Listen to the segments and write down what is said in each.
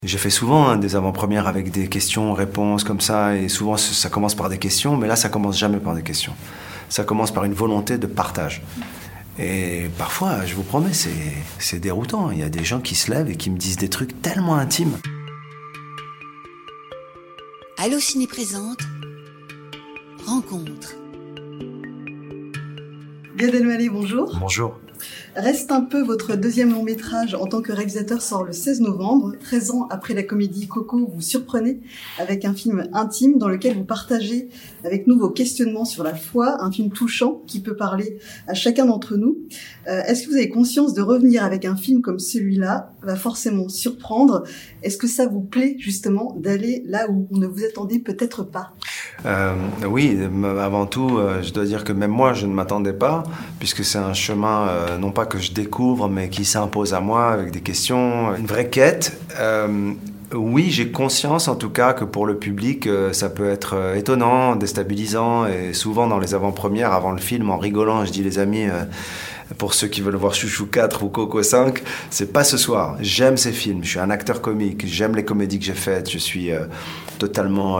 J'ai fait souvent des avant-premières avec des questions-réponses comme ça, et souvent ça commence par des questions, mais là ça commence jamais par des questions. Ça commence par une volonté de partage. Et parfois, je vous promets, c'est déroutant. Il y a des gens qui se lèvent et qui me disent des trucs tellement intimes. Allociné présente Rencontre. Gad Elmaleh, bonjour. Bonjour. Reste un peu, votre deuxième long métrage en tant que réalisateur sort le 16 novembre. 13 ans après la comédie Coco, vous surprenez avec un film intime dans lequel vous partagez avec nous vos questionnements sur la foi, un film touchant qui peut parler à chacun d'entre nous. Est-ce que vous avez conscience de revenir avec un film comme celui-là va forcément surprendre? Est-ce que ça vous plaît justement d'aller là où on ne vous attendait peut-être pas? Oui, avant tout, je dois dire que même moi, je ne m'attendais pas, puisque c'est un chemin, non pas que je découvre, mais qui s'impose à moi avec des questions, une vraie quête. Oui, j'ai conscience en tout cas que pour le public, ça peut être étonnant, déstabilisant, et souvent dans les avant-premières, avant le film, en rigolant, je dis les amis... Pour ceux qui veulent voir Chouchou 4 ou Coco 5, c'est pas ce soir. J'aime ces films, je suis un acteur comique, j'aime les comédies que j'ai faites, je suis totalement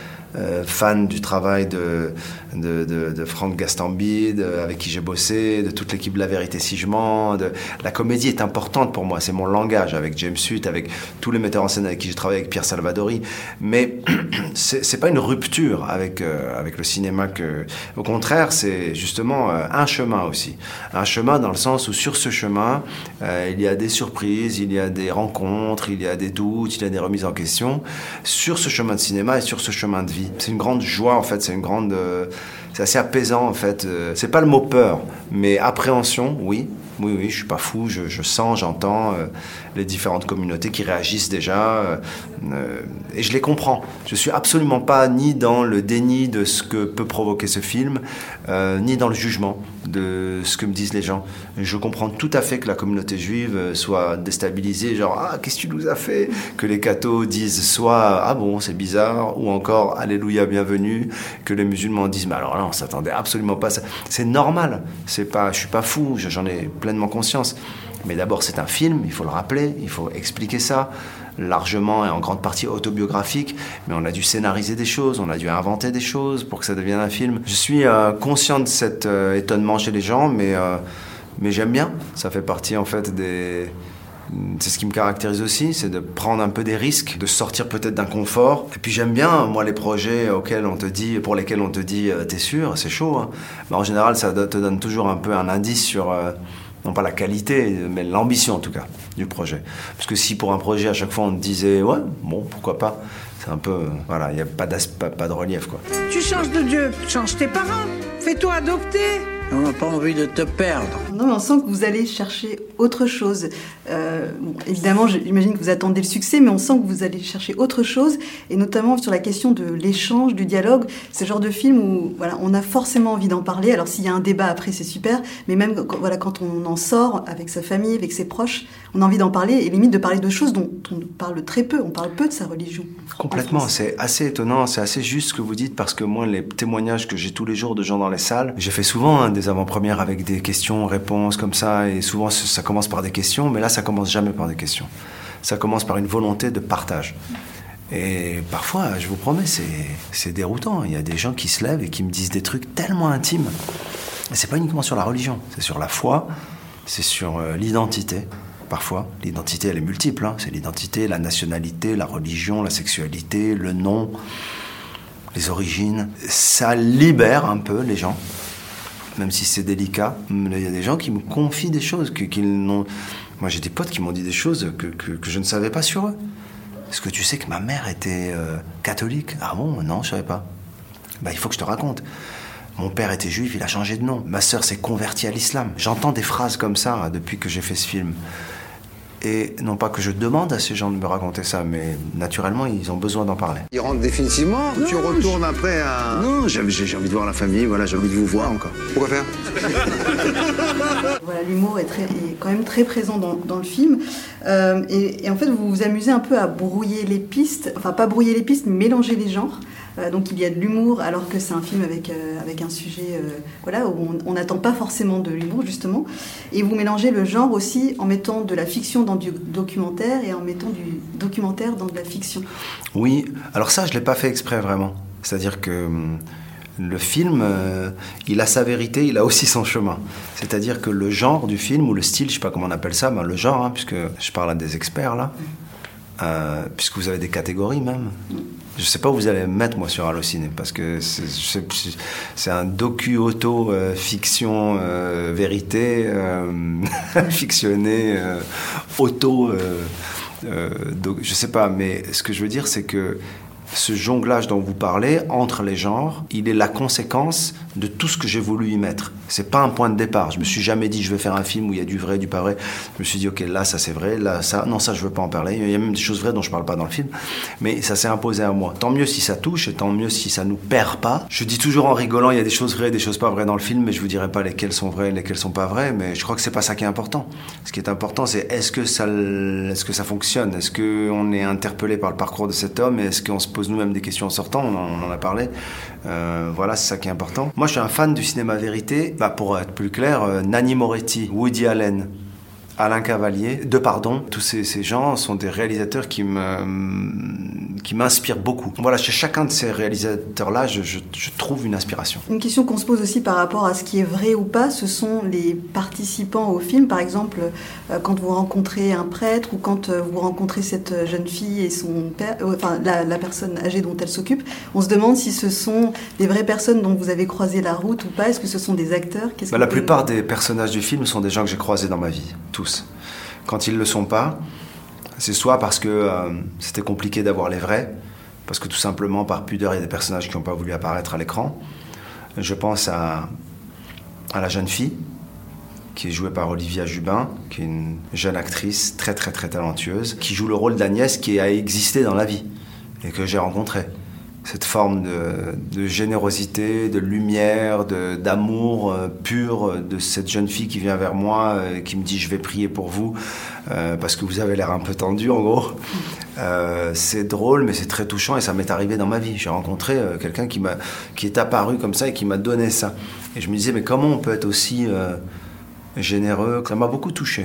fan du travail de Franck Gastambide, avec qui j'ai bossé, de toute l'équipe de La Vérité si je mens. La comédie est importante pour moi, c'est mon langage, avec James Hutt, avec tous les metteurs en scène avec qui j'ai travaillé, avec Pierre Salvadori. Mais c'est pas une rupture avec le cinéma. Au contraire, c'est justement un chemin aussi. Un chemin dans le sens où sur ce chemin, il y a des surprises, il y a des rencontres, il y a des doutes, il y a des remises en question. Sur ce chemin de cinéma et sur ce chemin de vie. C'est une grande joie en fait, c'est assez apaisant en fait. C'est pas le mot peur, mais appréhension, oui, je suis pas fou, je sens, j'entends les différentes communautés qui réagissent déjà, et je les comprends. Je suis absolument pas ni dans le déni de ce que peut provoquer ce film, ni dans le jugement de ce que me disent les gens. Je comprends tout à fait que la communauté juive soit déstabilisée, genre « Ah, qu'est-ce que tu nous as fait ?» Que les cathos disent soit « Ah bon, c'est bizarre » ou encore « Alléluia, bienvenue », que les musulmans disent « Mais alors là, on s'attendait absolument pas à ça. » C'est normal, je suis pas fou, j'en ai pleinement conscience. Mais d'abord, c'est un film, il faut le rappeler, il faut expliquer ça, largement et en grande partie autobiographique, mais on a dû scénariser des choses, on a dû inventer des choses pour que ça devienne un film. Je suis conscient de cet étonnement chez les gens, mais j'aime bien. Ça fait partie en fait c'est ce qui me caractérise aussi, c'est de prendre un peu des risques, de sortir peut-être d'un confort. Et puis j'aime bien, moi, les projets pour lesquels on te dit t'es sûr, c'est chaud. Hein. Mais en général, ça te donne toujours un peu un indice sur... non pas la qualité, mais l'ambition en tout cas du projet. Parce que si pour un projet à chaque fois on te disait ouais, bon, pourquoi pas, c'est un peu, voilà, il n'y a pas de relief quoi. Tu changes de Dieu, change tes parents, fais-toi adopter. On n'a pas envie de te perdre. Non, mais on sent que vous allez chercher autre chose. Évidemment, j'imagine que vous attendez le succès, mais on sent que vous allez chercher autre chose, et notamment sur la question de l'échange, du dialogue. C'est le genre de film où voilà, on a forcément envie d'en parler. Alors s'il y a un débat après, c'est super, mais même voilà, quand on en sort avec sa famille, avec ses proches, on a envie d'en parler, et limite de parler de choses dont on parle très peu. On parle peu de sa religion. Complètement, c'est assez étonnant, c'est assez juste ce que vous dites, parce que moi, les témoignages que j'ai tous les jours de gens dans les salles, j'ai fait souvent des avant-premières avec des questions-réponses comme ça, et souvent ça commence par des questions, mais là ça commence jamais par des questions. Ça commence par une volonté de partage. Et parfois, je vous promets, c'est déroutant. Il y a des gens qui se lèvent et qui me disent des trucs tellement intimes. Et c'est pas uniquement sur la religion, c'est sur la foi, c'est sur l'identité. Parfois, l'identité elle est multiple, hein. C'est l'identité, la nationalité, la religion, la sexualité, le nom, les origines. Ça libère un peu les gens. Même si c'est délicat, il y a des gens qui me confient des choses qu'ils n'ont... Moi, j'ai des potes qui m'ont dit des choses que je ne savais pas sur eux. Est-ce que tu sais que ma mère était catholique? Ah bon? Non, je savais pas. Il faut que je te raconte. Mon père était juif, il a changé de nom. Ma sœur s'est convertie à l'islam. J'entends des phrases comme ça depuis que j'ai fait ce film. Et non pas que je demande à ces gens de me raconter ça, mais naturellement, ils ont besoin d'en parler. Il rentre définitivement? Non, tu retournes après à... Non, j'ai envie de voir la famille, voilà, j'ai envie de vous voir encore. Pourquoi faire? Voilà, l'humour est quand même très présent dans le film. Et en fait, vous vous amusez un peu à brouiller les pistes, enfin pas brouiller les pistes, mais mélanger les genres. Donc il y a de l'humour, alors que c'est un film avec un sujet où on n'attend pas forcément de l'humour, justement. Et vous mélangez le genre aussi en mettant de la fiction dans du documentaire et en mettant du documentaire dans de la fiction. Oui, alors ça, je ne l'ai pas fait exprès, vraiment. C'est-à-dire que le film, il a sa vérité, il a aussi son chemin. C'est-à-dire que le genre du film, ou le style, je ne sais pas comment on appelle ça, le genre, puisque je parle à des experts, là, puisque vous avez des catégories même. Je ne sais pas où vous allez me mettre, moi, sur Allociné, parce que c'est un docu-auto, fiction, vérité, fictionné, auto... je ne sais pas, mais ce que je veux dire, c'est que ce jonglage dont vous parlez, entre les genres, il est la conséquence de tout ce que j'ai voulu y mettre. C'est pas un point de départ. Je me suis jamais dit, je vais faire un film où il y a du vrai, du pas vrai. Je me suis dit, ok, là, ça c'est vrai, là, ça, non, ça, je veux pas en parler. Il y a même des choses vraies dont je parle pas dans le film. Mais ça s'est imposé à moi. Tant mieux si ça touche, et tant mieux si ça nous perd pas. Je dis toujours en rigolant, il y a des choses vraies, des choses pas vraies dans le film, mais je vous dirai pas lesquelles sont vraies, lesquelles sont pas vraies. Mais je crois que c'est pas ça qui est important. Ce qui est important, c'est est-ce que ça fonctionne? Est-ce qu'on est interpellé par le parcours de cet homme? Et est-ce qu'on se pose nous-mêmes des questions en sortant? On en a parlé. Voilà, c'est ça qui est important. Moi, je suis un fan du cinéma vérité. Pour être plus clair, Nanni Moretti, Woody Allen, Alain Cavalier, tous ces gens sont des réalisateurs qui m'inspirent beaucoup. Voilà, chez chacun de ces réalisateurs-là, je trouve une inspiration. Une question qu'on se pose aussi par rapport à ce qui est vrai ou pas, ce sont les participants au film. Par exemple, quand vous rencontrez un prêtre ou quand vous rencontrez cette jeune fille et son père, la personne âgée dont elle s'occupe, on se demande si ce sont des vraies personnes dont vous avez croisé la route ou pas. Est-ce que ce sont des acteurs? La plupart des personnages du film sont des gens que j'ai croisés dans ma vie, tous. Quand ils ne le sont pas, c'est soit parce que c'était compliqué d'avoir les vrais, parce que tout simplement par pudeur, il y a des personnages qui n'ont pas voulu apparaître à l'écran. Je pense à la jeune fille, qui est jouée par Olivia Jubin, qui est une jeune actrice très très très talentueuse, qui joue le rôle d'Agnès qui a existé dans la vie et que j'ai rencontrée. Cette forme de générosité, de lumière, d'amour pur de cette jeune fille qui vient vers moi et qui me dit « je vais prier pour vous parce que vous avez l'air un peu tendu en gros ». C'est drôle mais c'est très touchant et ça m'est arrivé dans ma vie. J'ai rencontré quelqu'un qui est apparu comme ça et qui m'a donné ça. Et je me disais « mais comment on peut être aussi généreux ?» Ça m'a beaucoup touché.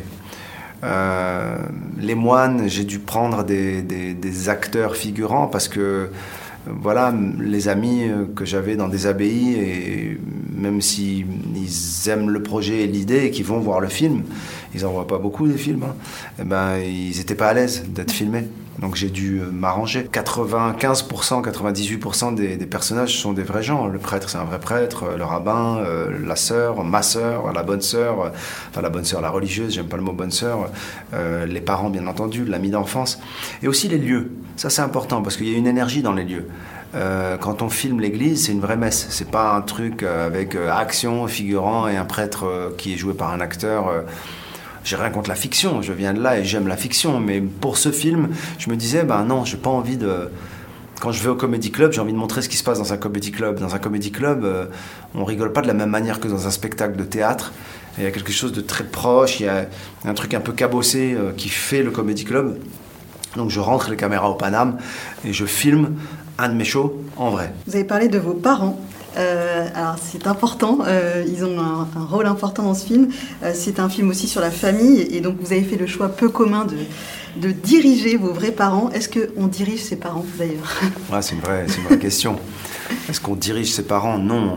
Les moines, j'ai dû prendre des acteurs figurants parce que voilà, les amis que j'avais dans des abbayes, et même s'ils aiment le projet et l'idée et qu'ils vont voir le film, ils n'en voient pas beaucoup des films, ils n'étaient pas à l'aise d'être filmés. Donc j'ai dû m'arranger. 95%, 98% des personnages sont des vrais gens. Le prêtre, c'est un vrai prêtre, le rabbin, la sœur, ma sœur, la bonne sœur, la religieuse, j'aime pas le mot bonne sœur, les parents bien entendu, l'ami d'enfance, et aussi les lieux. Ça c'est important parce qu'il y a une énergie dans les lieux. Quand on filme l'église, c'est une vraie messe. C'est pas un truc avec action, figurant et un prêtre qui est joué par un acteur. J'ai rien contre la fiction, je viens de là et j'aime la fiction, mais pour ce film, je me disais, non, j'ai pas envie de... Quand je vais au Comedy Club, j'ai envie de montrer ce qui se passe dans un Comedy Club. Dans un Comedy Club, on rigole pas de la même manière que dans un spectacle de théâtre. Il y a quelque chose de très proche, il y a un truc un peu cabossé qui fait le Comedy Club. Donc je rentre les caméras au Paname et je filme un de mes shows en vrai. Vous avez parlé de vos parents. Alors c'est important, ils ont un rôle important dans ce film. C'est un film aussi sur la famille et donc vous avez fait le choix peu commun de diriger vos vrais parents. Est-ce qu'on dirige ses parents d'ailleurs? Ouais, c'est une vraie question. Est-ce qu'on dirige ses parents? Non,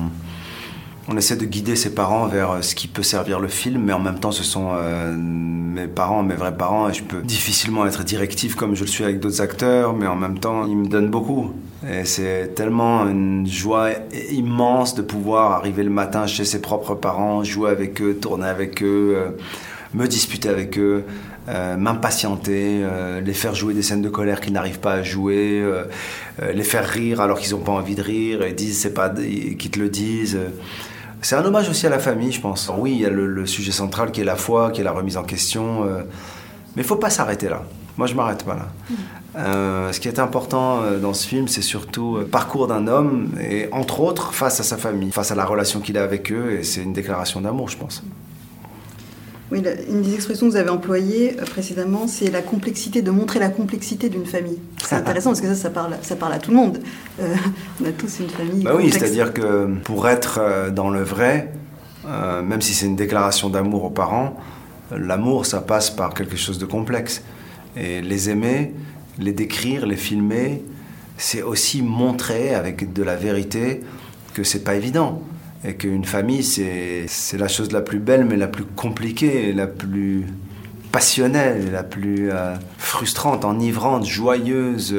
on essaie de guider ses parents vers ce qui peut servir le film, mais en même temps ce sont mes parents, mes vrais parents, et je peux difficilement être directif comme je le suis avec d'autres acteurs, mais en même temps ils me donnent beaucoup. Et c'est tellement une joie immense de pouvoir arriver le matin chez ses propres parents, jouer avec eux, tourner avec eux, me disputer avec eux, m'impatienter, les faire jouer des scènes de colère qu'ils n'arrivent pas à jouer, les faire rire alors qu'ils n'ont pas envie de rire et disent c'est pas qu'ils te le disent. C'est un hommage aussi à la famille, je pense. Oui, il y a le sujet central qui est la foi, qui est la remise en question, mais il ne faut pas s'arrêter là. Moi, je ne m'arrête pas là. Ce qui est important dans ce film, c'est surtout le parcours d'un homme, et entre autres, face à sa famille, face à la relation qu'il a avec eux, et c'est une déclaration d'amour, je pense. Oui, une des expressions que vous avez employées précédemment, c'est la complexité, de montrer la complexité d'une famille. C'est intéressant parce que ça parle à tout le monde. On a tous une famille Oui, complexe. c'est-à-dire que pour être dans le vrai, même si c'est une déclaration d'amour aux parents, l'amour, ça passe par quelque chose de complexe. Et les aimer, les décrire, les filmer, c'est aussi montrer avec de la vérité que c'est pas évident. Et qu'une famille, c'est la chose la plus belle, mais la plus compliquée, la plus passionnelle, la plus frustrante, enivrante, joyeuse.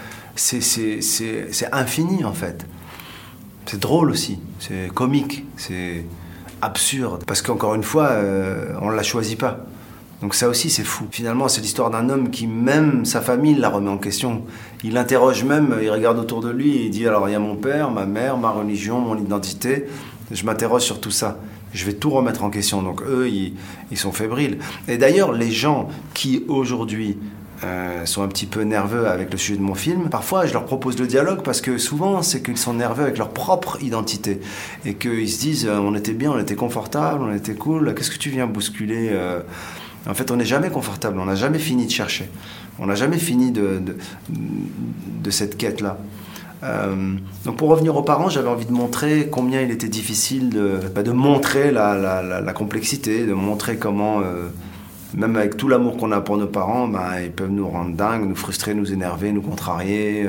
C'est infini, en fait. C'est drôle aussi, c'est comique, c'est absurde. Parce qu'encore une fois, on ne la choisit pas. Donc ça aussi, c'est fou. Finalement, c'est l'histoire d'un homme qui, même sa famille, la remet en question. Il l'interroge même, il regarde autour de lui et il dit, alors il y a mon père, ma mère, ma religion, mon identité. Je m'interroge sur tout ça. Je vais tout remettre en question. Donc eux, ils sont fébriles. Et d'ailleurs, les gens qui, aujourd'hui, sont un petit peu nerveux avec le sujet de mon film, parfois, je leur propose le dialogue parce que souvent, c'est qu'ils sont nerveux avec leur propre identité. Et qu'ils se disent, on était bien, on était confortable, on était cool, qu'est-ce que tu viens bousculer En fait, on n'est jamais confortable, on n'a jamais fini de chercher. On n'a jamais fini de cette quête-là. Donc pour revenir aux parents, j'avais envie de montrer combien il était difficile de montrer la complexité, de montrer comment, même avec tout l'amour qu'on a pour nos parents, ils peuvent nous rendre dingues, nous frustrer, nous énerver, nous contrarier,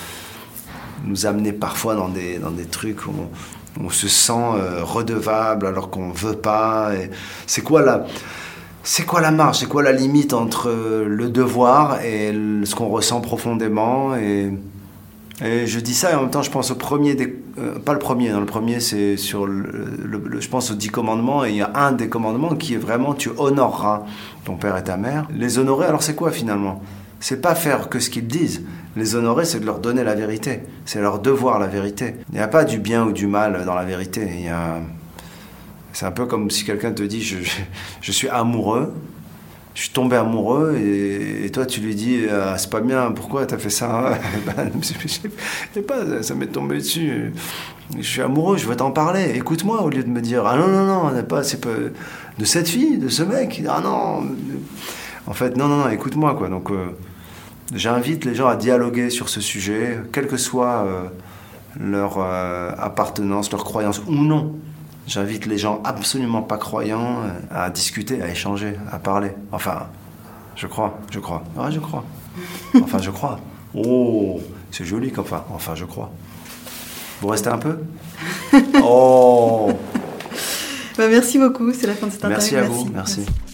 nous amener parfois dans des trucs où on se sent redevable alors qu'on ne veut pas. Et c'est quoi la marge, c'est quoi la limite entre le devoir et ce qu'on ressent profondément et je dis ça et en même temps je pense au premier, pas le premier, le premier c'est sur je pense aux 10 commandements et il y a un des commandements qui est vraiment tu honoreras ton père et ta mère. Les honorer, alors c'est quoi finalement ? C'est pas faire que ce qu'ils disent. Les honorer, c'est de leur donner la vérité. C'est leur devoir la vérité. Il n'y a pas du bien ou du mal dans la vérité. C'est un peu comme si quelqu'un te dit je suis amoureux, je suis tombé amoureux et toi tu lui dis c'est pas bien, pourquoi t'as fait ça? Je sais pas, ça m'est tombé dessus. Je suis amoureux, je veux t'en parler, écoute-moi au lieu de me dire ah non, c'est pas de cette fille, de ce mec, ah non. En fait, non, écoute-moi quoi. Donc j'invite les gens à dialoguer sur ce sujet, quelle que soit leur appartenance, leur croyance ou non. J'invite les gens absolument pas croyants à discuter, à échanger, à parler. Enfin, je crois. Ouais, je crois. Enfin, je crois. Oh, c'est joli qu'enfin. Enfin, je crois. Vous restez un peu? Oh. Merci beaucoup, c'est la fin de cette interview. Merci à vous, merci.